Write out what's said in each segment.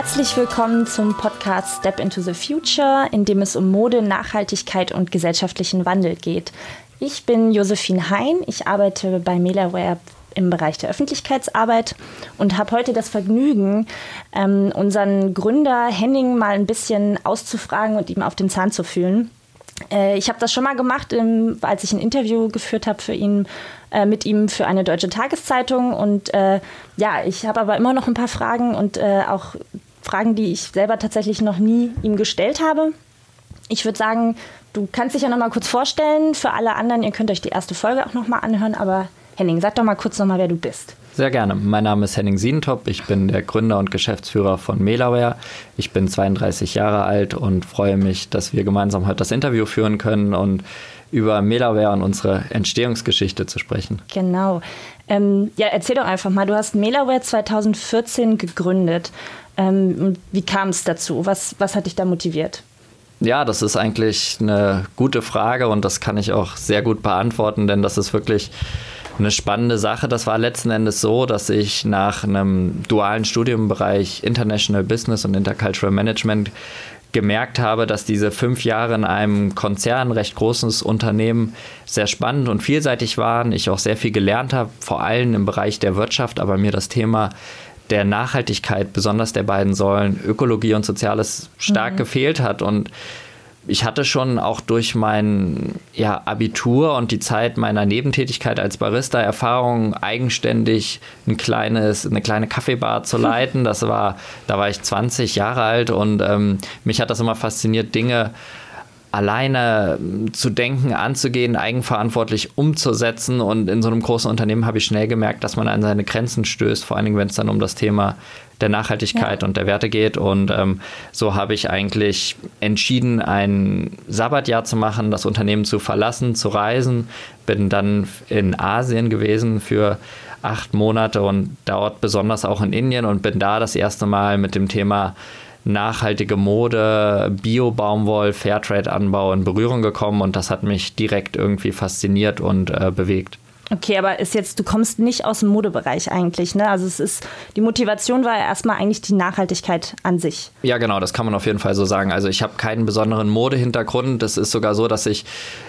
Herzlich willkommen zum Podcast Step into the Future, in dem es um Mode, Nachhaltigkeit und gesellschaftlichen Wandel geht. Ich bin Josephine Hein, ich arbeite bei Melaware im Bereich der Öffentlichkeitsarbeit und habe heute das Vergnügen, unseren Gründer Henning mal ein bisschen auszufragen und ihm auf den Zahn zu fühlen. Ich habe das schon mal gemacht, als ich ein Interview geführt habe mit ihm für eine deutsche Tageszeitung. Und ich habe aber immer noch ein paar Fragen und auch Fragen, die ich selber tatsächlich noch nie ihm gestellt habe. Ich würde sagen, du kannst dich ja noch mal kurz vorstellen. Für alle anderen, ihr könnt euch die erste Folge auch noch mal anhören. Aber Henning, sag doch mal kurz noch mal, wer du bist. Sehr gerne. Mein Name ist Henning Siedentop. Ich bin der Gründer und Geschäftsführer von Melaware. Ich bin 32 Jahre alt und freue mich, dass wir gemeinsam heute das Interview führen können und über Melaware und unsere Entstehungsgeschichte zu sprechen. Genau. Erzähl doch einfach mal. Du hast Melaware 2014 gegründet. Wie kam es dazu? Was hat dich da motiviert? Ja, das ist eigentlich eine gute Frage und das kann ich auch sehr gut beantworten, denn das ist wirklich eine spannende Sache. Das war letzten Endes so, dass ich nach einem dualen Studium im Bereich International Business und Intercultural Management gemerkt habe, dass diese 5 Jahre in einem Konzern, recht großes Unternehmen, sehr spannend und vielseitig waren. Ich auch sehr viel gelernt habe, vor allem im Bereich der Wirtschaft, aber mir das Thema der Nachhaltigkeit, besonders der beiden Säulen Ökologie und Soziales, stark gefehlt hat. Und ich hatte schon auch durch mein Abitur und die Zeit meiner Nebentätigkeit als Barista Erfahrung, eigenständig eine kleine Kaffeebar zu leiten. Da war ich 20 Jahre alt und mich hat das immer fasziniert, Dinge alleine zu denken, anzugehen, eigenverantwortlich umzusetzen. Und in so einem großen Unternehmen habe ich schnell gemerkt, dass man an seine Grenzen stößt, vor allen Dingen, wenn es dann um das Thema der Nachhaltigkeit und der Werte geht. Und so habe ich eigentlich entschieden, ein Sabbatjahr zu machen, das Unternehmen zu verlassen, zu reisen. Bin dann in Asien gewesen für 8 Monate und dort besonders auch in Indien und bin da das erste Mal mit dem Thema nachhaltige Mode, Bio-Baumwoll, Fairtrade-Anbau in Berührung gekommen und das hat mich direkt irgendwie fasziniert und bewegt. Okay, aber du kommst nicht aus dem Modebereich eigentlich, ne? Also die Motivation war ja erstmal eigentlich die Nachhaltigkeit an sich. Ja, genau, das kann man auf jeden Fall so sagen. Also ich habe keinen besonderen Modehintergrund. Es ist sogar so, dass ich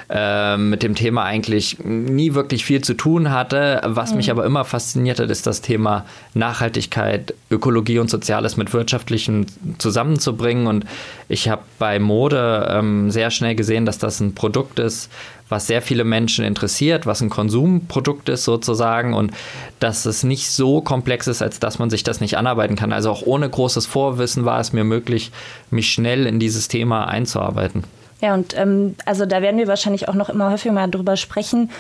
mit dem Thema eigentlich nie wirklich viel zu tun hatte. Was mich aber immer fasziniert hat, ist das Thema Nachhaltigkeit, Ökologie und Soziales mit Wirtschaftlichem zusammenzubringen. Und ich habe bei Mode sehr schnell gesehen, dass das ein Produkt ist, was sehr viele Menschen interessiert, was ein Konsumprodukt ist sozusagen und dass es nicht so komplex ist, als dass man sich das nicht anarbeiten kann. Also auch ohne großes Vorwissen war es mir möglich, mich schnell in dieses Thema einzuarbeiten. Ja, und da werden wir wahrscheinlich auch noch immer häufiger mal drüber sprechen,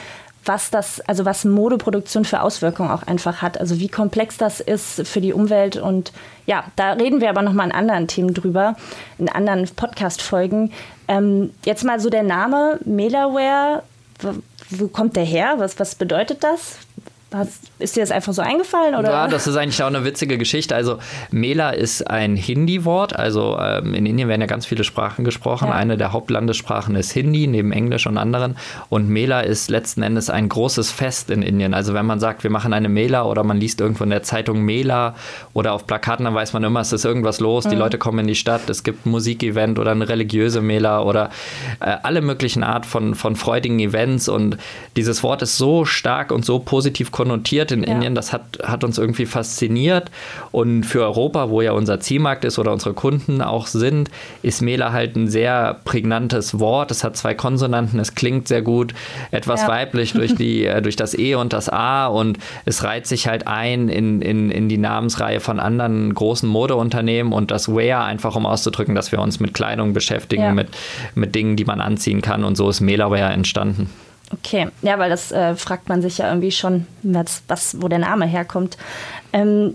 was Modeproduktion für Auswirkungen auch einfach hat. Also wie komplex das ist für die Umwelt. Und ja, da reden wir aber noch mal in anderen Themen drüber, in anderen Podcast-Folgen. Jetzt mal so der Name Melaware. Wo kommt der her? Was bedeutet das? Ist dir das einfach so eingefallen? Oder? Ja, das ist eigentlich auch eine witzige Geschichte. Also Mela ist ein Hindi-Wort. Also in Indien werden ja ganz viele Sprachen gesprochen. Ja. Eine der Hauptlandessprachen ist Hindi, neben Englisch und anderen. Und Mela ist letzten Endes ein großes Fest in Indien. Also wenn man sagt, wir machen eine Mela oder man liest irgendwo in der Zeitung Mela oder auf Plakaten, dann weiß man immer, es ist irgendwas los. Die Leute kommen in die Stadt, es gibt ein Musikevent oder eine religiöse Mela oder alle möglichen Art von freudigen Events. Und dieses Wort ist so stark und so positiv konnotiert in Indien, das hat uns irgendwie fasziniert und für Europa, wo ja unser Zielmarkt ist oder unsere Kunden auch sind, ist Mela halt ein sehr prägnantes Wort. Es hat 2 Konsonanten, es klingt sehr gut, etwas weiblich durch das E und das A und es reiht sich halt ein in die Namensreihe von anderen großen Modeunternehmen und das Wear einfach, um auszudrücken, dass wir uns mit Kleidung beschäftigen, mit Dingen, die man anziehen kann und so ist Melaware entstanden. Okay, ja, weil das fragt man sich ja irgendwie schon, wo der Name herkommt. Und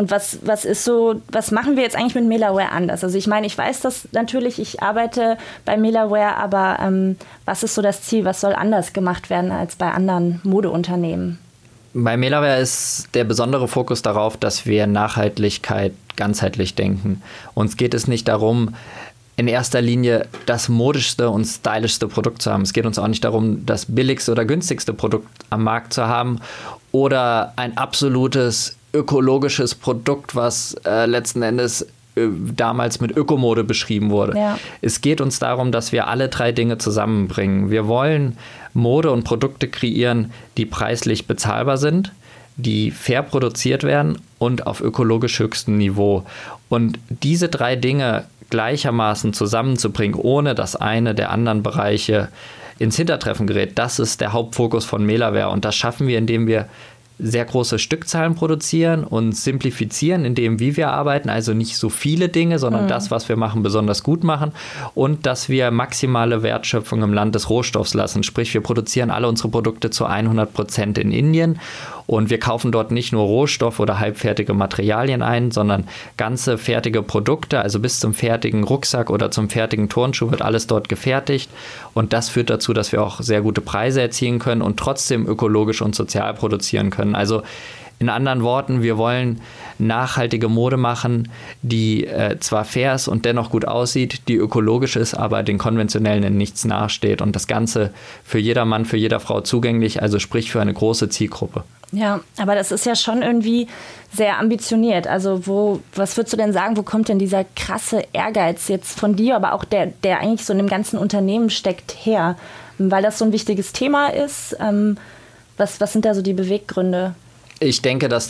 was machen wir jetzt eigentlich mit Melaware anders? Also ich meine, ich weiß das natürlich, ich arbeite bei Melaware, aber was ist so das Ziel? Was soll anders gemacht werden als bei anderen Modeunternehmen? Bei Melaware ist der besondere Fokus darauf, dass wir Nachhaltigkeit ganzheitlich denken. Uns geht es nicht darum, in erster Linie das modischste und stylischste Produkt zu haben. Es geht uns auch nicht darum, das billigste oder günstigste Produkt am Markt zu haben oder ein absolutes ökologisches Produkt, was letzten Endes damals mit Ökomode beschrieben wurde. Ja. Es geht uns darum, dass wir alle 3 Dinge zusammenbringen. Wir wollen Mode und Produkte kreieren, die preislich bezahlbar sind, die fair produziert werden und auf ökologisch höchstem Niveau. Und diese 3 Dinge gleichermaßen zusammenzubringen, ohne dass eine der anderen Bereiche ins Hintertreffen gerät, das ist der Hauptfokus von Melaware. Und das schaffen wir, indem wir sehr große Stückzahlen produzieren und simplifizieren in dem, wie wir arbeiten, also nicht so viele Dinge, sondern das, was wir machen, besonders gut machen und dass wir maximale Wertschöpfung im Land des Rohstoffs lassen. Sprich, wir produzieren alle unsere Produkte zu 100% in Indien und wir kaufen dort nicht nur Rohstoff oder halbfertige Materialien ein, sondern ganze fertige Produkte, also bis zum fertigen Rucksack oder zum fertigen Turnschuh wird alles dort gefertigt und das führt dazu, dass wir auch sehr gute Preise erzielen können und trotzdem ökologisch und sozial produzieren können. Also in anderen Worten, wir wollen nachhaltige Mode machen, die zwar fair ist und dennoch gut aussieht, die ökologisch ist, aber den konventionellen in nichts nachsteht und das Ganze für jedermann, für jeder Frau zugänglich, also sprich für eine große Zielgruppe. Ja, aber das ist ja schon irgendwie sehr ambitioniert. Also was würdest du denn sagen, wo kommt denn dieser krasse Ehrgeiz jetzt von dir, aber auch der eigentlich so in dem ganzen Unternehmen steckt, her? Weil das so ein wichtiges Thema ist. Was sind da so die Beweggründe? Ich denke, dass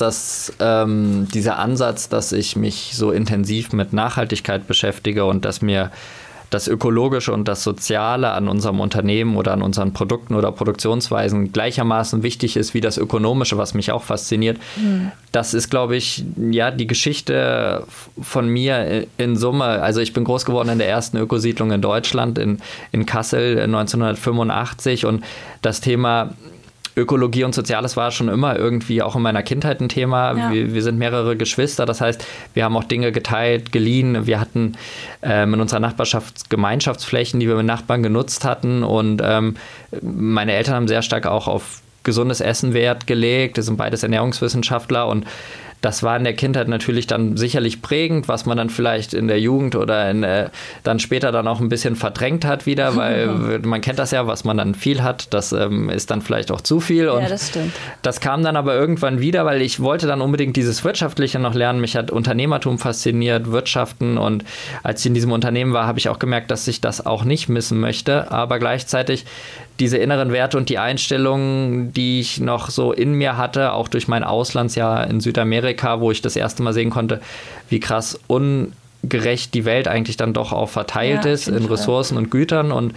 dieser Ansatz, dass ich mich so intensiv mit Nachhaltigkeit beschäftige und dass mir das Ökologische und das Soziale an unserem Unternehmen oder an unseren Produkten oder Produktionsweisen gleichermaßen wichtig ist wie das Ökonomische, was mich auch fasziniert. Das ist, glaube ich, ja, die Geschichte von mir in Summe. Also ich bin groß geworden in der ersten Ökosiedlung in Deutschland, in Kassel 1985 und das Thema Ökologie und Soziales war schon immer irgendwie auch in meiner Kindheit ein Thema. Ja. Wir sind mehrere Geschwister, das heißt, wir haben auch Dinge geteilt, geliehen. Wir hatten in unserer Nachbarschaft Gemeinschaftsflächen, die wir mit Nachbarn genutzt hatten und meine Eltern haben sehr stark auch auf gesundes Essen Wert gelegt. Das sind beides Ernährungswissenschaftler und das war in der Kindheit natürlich dann sicherlich prägend, was man dann vielleicht in der Jugend oder dann später dann auch ein bisschen verdrängt hat wieder, weil man kennt das ja, was man dann viel hat, das ist dann vielleicht auch zu viel. Und ja, das stimmt. Das kam dann aber irgendwann wieder, weil ich wollte dann unbedingt dieses Wirtschaftliche noch lernen. Mich hat Unternehmertum fasziniert, Wirtschaften und als ich in diesem Unternehmen war, habe ich auch gemerkt, dass ich das auch nicht missen möchte, aber gleichzeitig diese inneren Werte und die Einstellungen, die ich noch so in mir hatte, auch durch mein Auslandsjahr in Südamerika, wo ich das erste Mal sehen konnte, wie krass ungerecht die Welt eigentlich dann doch auch verteilt ist in Ressourcen und Gütern und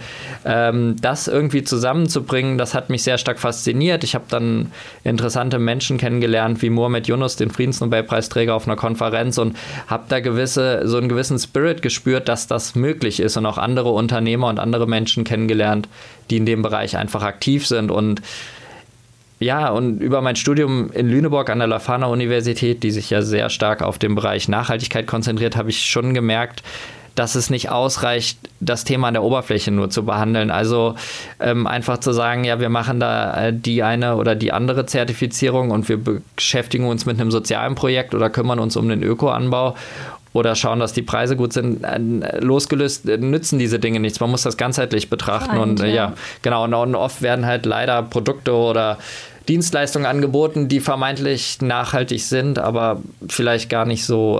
das irgendwie zusammenzubringen, das hat mich sehr stark fasziniert. Ich habe dann interessante Menschen kennengelernt, wie Muhammad Yunus, den Friedensnobelpreisträger, auf einer Konferenz und habe da so einen gewissen Spirit gespürt, dass das möglich ist und auch andere Unternehmer und andere Menschen kennengelernt, die in dem Bereich einfach aktiv sind und ja, und über mein Studium in Lüneburg an der Leuphana-Universität, die sich ja sehr stark auf den Bereich Nachhaltigkeit konzentriert, habe ich schon gemerkt, dass es nicht ausreicht, das Thema an der Oberfläche nur zu behandeln. Also einfach zu sagen, ja, wir machen da die eine oder die andere Zertifizierung und wir beschäftigen uns mit einem sozialen Projekt oder kümmern uns um den Ökoanbau oder schauen, dass die Preise gut sind, losgelöst nützen diese Dinge nichts. Man muss das ganzheitlich betrachten. Und ja, genau. Und oft werden halt leider Produkte oder Dienstleistungen angeboten, die vermeintlich nachhaltig sind, aber vielleicht gar nicht so,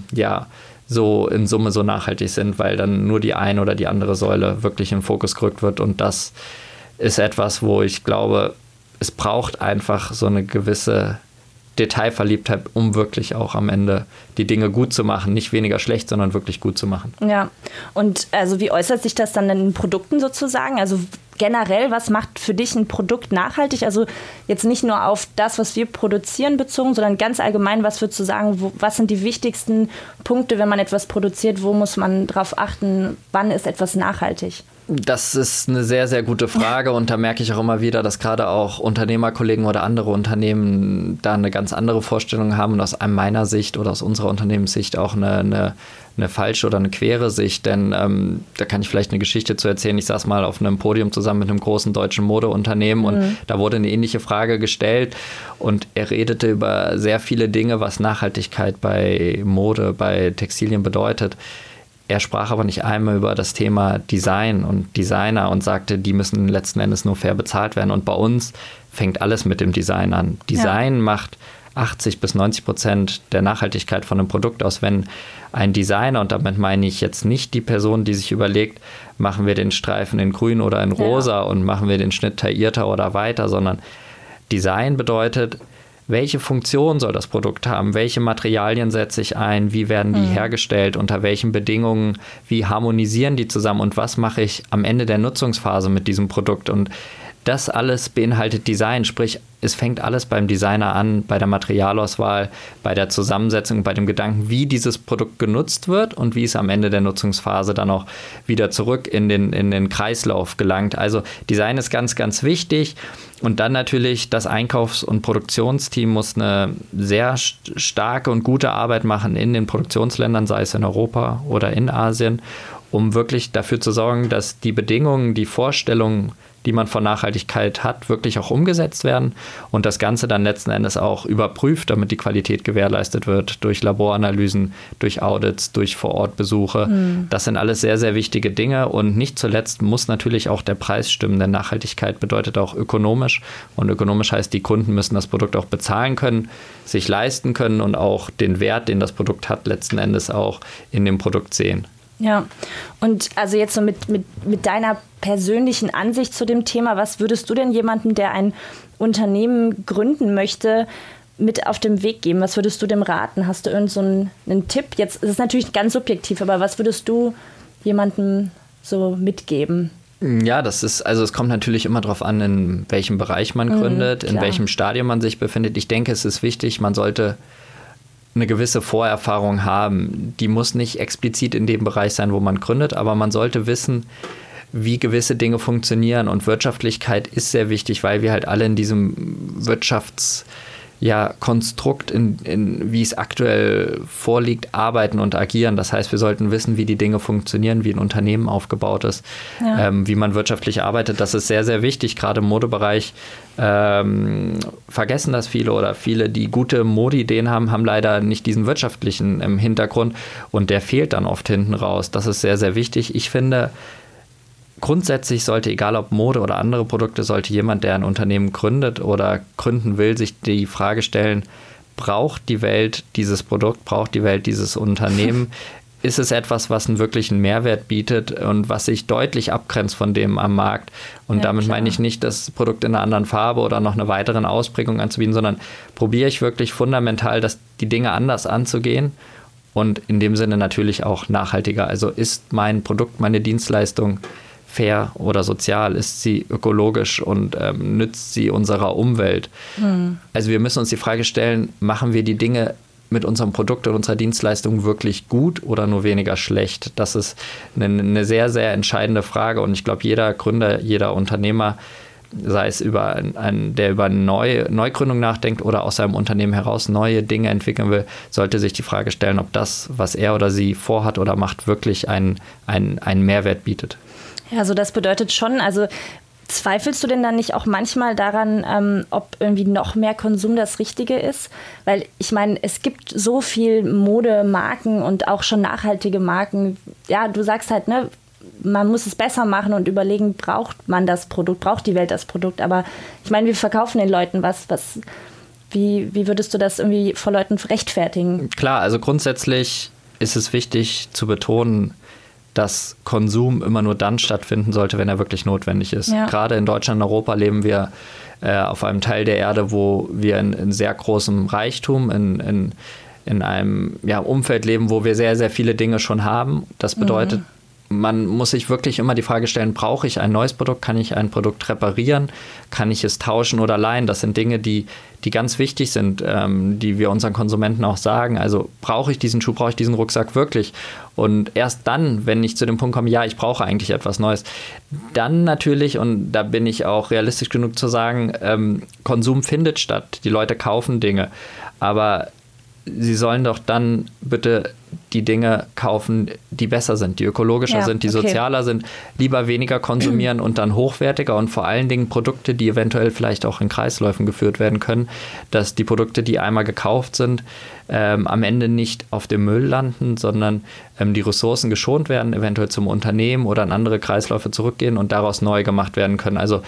so in Summe so nachhaltig sind, weil dann nur die eine oder die andere Säule wirklich in den Fokus gerückt wird. Und das ist etwas, wo ich glaube, es braucht einfach so eine gewisse Detailverliebtheit, um wirklich auch am Ende die Dinge gut zu machen. Nicht weniger schlecht, sondern wirklich gut zu machen. Ja, und also wie äußert sich das dann in den Produkten sozusagen? Also generell, was macht für dich ein Produkt nachhaltig? Also jetzt nicht nur auf das, was wir produzieren bezogen, sondern ganz allgemein, was würdest du sagen, was sind die wichtigsten Punkte, wenn man etwas produziert? Wo muss man drauf achten? Wann ist etwas nachhaltig? Das ist eine sehr, sehr gute Frage und da merke ich auch immer wieder, dass gerade auch Unternehmerkollegen oder andere Unternehmen da eine ganz andere Vorstellung haben und aus meiner Sicht oder aus unserer Unternehmenssicht auch eine falsche oder eine quere Sicht, denn da kann ich vielleicht eine Geschichte zu erzählen. Ich saß mal auf einem Podium zusammen mit einem großen deutschen Modeunternehmen und da wurde eine ähnliche Frage gestellt und er redete über sehr viele Dinge, was Nachhaltigkeit bei Mode, bei Textilien bedeutet. Er sprach aber nicht einmal über das Thema Design und Designer und sagte, die müssen letzten Endes nur fair bezahlt werden. Und bei uns fängt alles mit dem Design an. Design macht 80-90% der Nachhaltigkeit von einem Produkt aus, wenn ein Designer, und damit meine ich jetzt nicht die Person, die sich überlegt, machen wir den Streifen in grün oder in rosa und machen wir den Schnitt taillierter oder weiter, sondern Design bedeutet, welche Funktion soll das Produkt haben, welche Materialien setze ich ein, wie werden die hergestellt, unter welchen Bedingungen, wie harmonisieren die zusammen und was mache ich am Ende der Nutzungsphase mit diesem Produkt. Und das alles beinhaltet Design, sprich, es fängt alles beim Designer an, bei der Materialauswahl, bei der Zusammensetzung, bei dem Gedanken, wie dieses Produkt genutzt wird und wie es am Ende der Nutzungsphase dann auch wieder zurück in den Kreislauf gelangt. Also Design ist ganz, ganz wichtig. Und dann natürlich das Einkaufs- und Produktionsteam muss eine sehr starke und gute Arbeit machen in den Produktionsländern, sei es in Europa oder in Asien, um wirklich dafür zu sorgen, dass die Bedingungen, die Vorstellungen, die man von Nachhaltigkeit hat, wirklich auch umgesetzt werden und das Ganze dann letzten Endes auch überprüft, damit die Qualität gewährleistet wird durch Laboranalysen, durch Audits, durch Vorortbesuche. Das sind alles sehr, sehr wichtige Dinge und nicht zuletzt muss natürlich auch der Preis stimmen, denn Nachhaltigkeit bedeutet auch ökonomisch und ökonomisch heißt, die Kunden müssen das Produkt auch bezahlen können, sich leisten können und auch den Wert, den das Produkt hat, letzten Endes auch in dem Produkt sehen. Ja, und also jetzt so mit deiner persönlichen Ansicht zu dem Thema, was würdest du denn jemandem, der ein Unternehmen gründen möchte, mit auf den Weg geben? Was würdest du dem raten? Hast du irgend so einen Tipp? Jetzt ist es natürlich ganz subjektiv, aber was würdest du jemandem so mitgeben? Ja, es kommt natürlich immer darauf an, in welchem Bereich man gründet, in welchem Stadium man sich befindet. Ich denke, es ist wichtig, man sollte eine gewisse Vorerfahrung haben. Die muss nicht explizit in dem Bereich sein, wo man gründet, aber man sollte wissen, wie gewisse Dinge funktionieren. Und Wirtschaftlichkeit ist sehr wichtig, weil wir halt alle in diesem Konstrukt, wie es aktuell vorliegt, arbeiten und agieren. Das heißt, wir sollten wissen, wie die Dinge funktionieren, wie ein Unternehmen aufgebaut ist, wie man wirtschaftlich arbeitet. Das ist sehr, sehr wichtig. Gerade im Modebereich vergessen das viele oder viele, die gute Modeideen haben leider nicht diesen wirtschaftlichen im Hintergrund und der fehlt dann oft hinten raus. Das ist sehr, sehr wichtig. Ich finde, grundsätzlich sollte, egal ob Mode oder andere Produkte, sollte jemand, der ein Unternehmen gründet oder gründen will, sich die Frage stellen, braucht die Welt dieses Produkt, braucht die Welt dieses Unternehmen? Ist es etwas, was einen wirklichen Mehrwert bietet und was sich deutlich abgrenzt von dem am Markt? Und damit meine ich nicht, das Produkt in einer anderen Farbe oder noch eine weitere Ausprägung anzubieten, sondern probiere ich wirklich fundamental, die Dinge anders anzugehen und in dem Sinne natürlich auch nachhaltiger. Also ist mein Produkt, meine Dienstleistung fair oder sozial, ist sie ökologisch und nützt sie unserer Umwelt? Also wir müssen uns die Frage stellen, machen wir die Dinge mit unserem Produkt und unserer Dienstleistung wirklich gut oder nur weniger schlecht? Das ist eine sehr, sehr entscheidende Frage und ich glaube, jeder Gründer, jeder Unternehmer, sei es der über Neugründung nachdenkt oder aus seinem Unternehmen heraus neue Dinge entwickeln will, sollte sich die Frage stellen, ob das, was er oder sie vorhat oder macht, wirklich einen Mehrwert bietet. Ja, also das bedeutet schon, also zweifelst du denn dann nicht auch manchmal daran, ob irgendwie noch mehr Konsum das Richtige ist? Weil ich meine, es gibt so viel Modemarken und auch schon nachhaltige Marken. Ja, du sagst halt, ne, man muss es besser machen und überlegen, braucht man das Produkt, braucht die Welt das Produkt? Aber ich meine, wir verkaufen den Leuten was. Wie würdest du das irgendwie vor Leuten rechtfertigen? Klar, also grundsätzlich ist es wichtig zu betonen, dass Konsum immer nur dann stattfinden sollte, wenn er wirklich notwendig ist. Ja. Gerade in Deutschland und Europa leben wir auf einem Teil der Erde, wo wir in sehr großem Reichtum, in einem Umfeld leben, wo wir sehr, sehr viele Dinge schon haben. Das bedeutet, man muss sich wirklich immer die Frage stellen, brauche ich ein neues Produkt? Kann ich ein Produkt reparieren? Kann ich es tauschen oder leihen? Das sind Dinge, die ganz wichtig sind, die wir unseren Konsumenten auch sagen. Also brauche ich diesen Schuh, brauche ich diesen Rucksack wirklich? Und erst dann, wenn ich zu dem Punkt komme, ja, ich brauche eigentlich etwas Neues, dann natürlich, und da bin ich auch realistisch genug zu sagen, Konsum findet statt. Die Leute kaufen Dinge, aber sie sollen doch dann bitte die Dinge kaufen, die besser sind, die ökologischer sind, die sozialer sind, lieber weniger konsumieren und dann hochwertiger und vor allen Dingen Produkte, die eventuell vielleicht auch in Kreisläufen geführt werden können, dass die Produkte, die einmal gekauft sind, am Ende nicht auf dem Müll landen, sondern die Ressourcen geschont werden, eventuell zum Unternehmen oder in andere Kreisläufe zurückgehen und daraus neu gemacht werden können. Also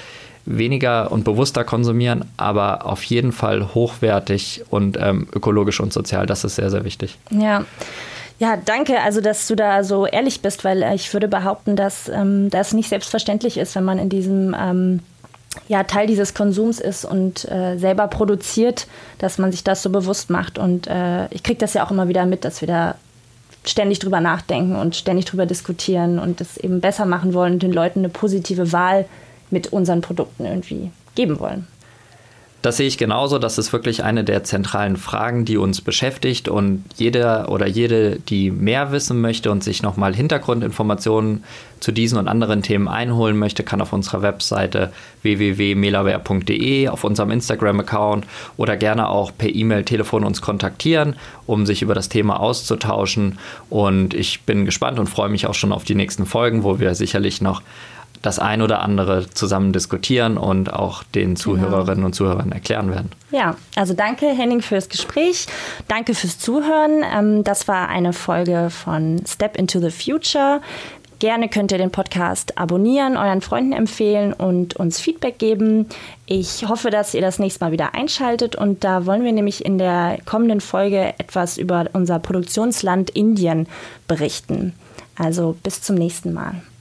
weniger und bewusster konsumieren, aber auf jeden Fall hochwertig und ökologisch und sozial. Das ist sehr, sehr wichtig. Ja. Ja, danke, also dass du da so ehrlich bist, weil ich würde behaupten, dass das nicht selbstverständlich ist, wenn man in diesem Teil dieses Konsums ist und selber produziert, dass man sich das so bewusst macht. Und ich kriege das ja auch immer wieder mit, dass wir da ständig drüber nachdenken und ständig drüber diskutieren und das eben besser machen wollen und den Leuten eine positive Wahl mit unseren Produkten irgendwie geben wollen. Das sehe ich genauso. Das ist wirklich eine der zentralen Fragen, die uns beschäftigt. Und jeder oder jede, die mehr wissen möchte und sich nochmal Hintergrundinformationen zu diesen und anderen Themen einholen möchte, kann auf unserer Webseite www.melaware.de, auf unserem Instagram-Account oder gerne auch per E-Mail, Telefon uns kontaktieren, um sich über das Thema auszutauschen. Und ich bin gespannt und freue mich auch schon auf die nächsten Folgen, wo wir sicherlich noch das ein oder andere zusammen diskutieren und auch den Zuhörerinnen und Zuhörern erklären werden. Ja, also danke Henning fürs Gespräch, danke fürs Zuhören. Das war eine Folge von Step into the Future. Gerne könnt ihr den Podcast abonnieren, euren Freunden empfehlen und uns Feedback geben. Ich hoffe, dass ihr das nächste Mal wieder einschaltet und da wollen wir nämlich in der kommenden Folge etwas über unser Produktionsland Indien berichten. Also bis zum nächsten Mal.